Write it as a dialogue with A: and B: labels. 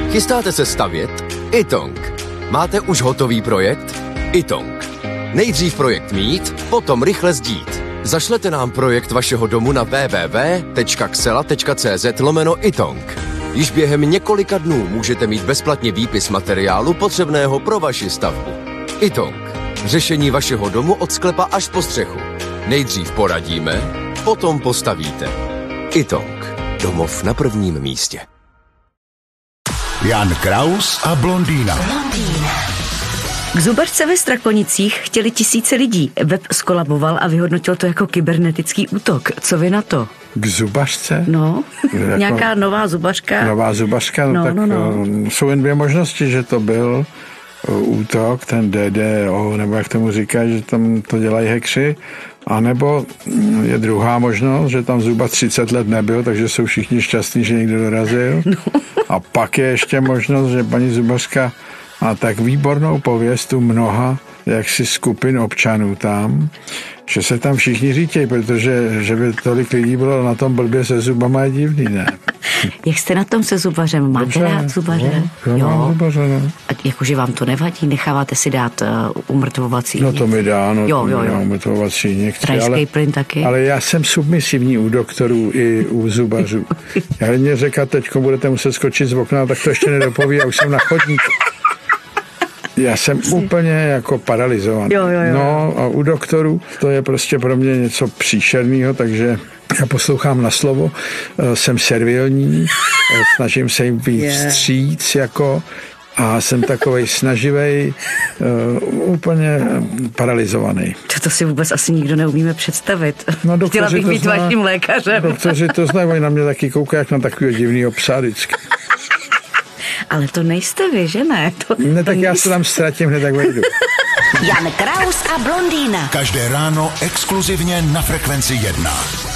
A: Chystáte se stavět? iTong. Máte už hotový projekt? iTong. Nejdřív projekt mít, potom rychle sdít. Zašlete nám projekt vašeho domu na www.xela.cz/iTong. Již během několika dnů můžete mít bezplatně výpis materiálu potřebného pro vaši stavbu. iTong. Řešení vašeho domu od sklepa až po střechu. Nejdřív poradíme, potom postavíte. iTong. Domov na prvním místě.
B: Jan Kraus a blondýna.
C: K zubařce ve Strakonicích chtěli tisíce lidí. Web skolaboval a vyhodnotil to jako kybernetický útok. Co vy na to?
D: K zubařce?
C: No, nějaká nová zubařka.
D: Nová zubařka, no. Jsou jen dvě možnosti, že to byl útok, ten DDO, nebo jak tomu říkají, že tam to dělají hackři, anebo je druhá možnost, že tam zhruba 30 let nebyl, takže jsou všichni šťastní, že někdo dorazil. No. A pak je ještě možnost, že paní zubařka má tak výbornou pověst u mnoha jaksi skupin občanů tam, že se tam všichni řítějí, protože že by tolik lidí bylo na tom blbě se zubama je divný, ne?
C: Jak jste na tom se zubařem? Máte rád zubaře?
D: No, mám zubaře, no.
C: A jakože vám to nevadí? Necháváte si dát umrtvovací?
D: No to mi dá,
C: jo.
D: Umrtvovací některé.
C: Rajský plyn taky?
D: Ale já jsem submisivní u doktorů i u zubařů. Já mě řekla, teďko budete muset skočit z okna, tak to ještě nedopoví, já už jsem na chodníku. Já jsem úplně jako paralyzovaný.
C: Jo.
D: No a u doktorů to je prostě pro mě něco příšerného, takže já poslouchám na slovo, jsem servilní, snažím se jim být vstříc jako a jsem takovej snaživej, úplně paralyzovaný.
C: To si vůbec asi nikdo neumíme představit.
D: No,
C: chtěla bych být vaším lékařem.
D: Doktoři to znají, oni na mě taky koukají jak na takového divného psa vždycky.
C: Ale to nejste vy, že ne?
D: Ne, tak já se tam ztratím, hned tak vejdu.
E: Jan Kraus a blondýna.
B: Každé ráno exkluzivně na Frekvenci 1.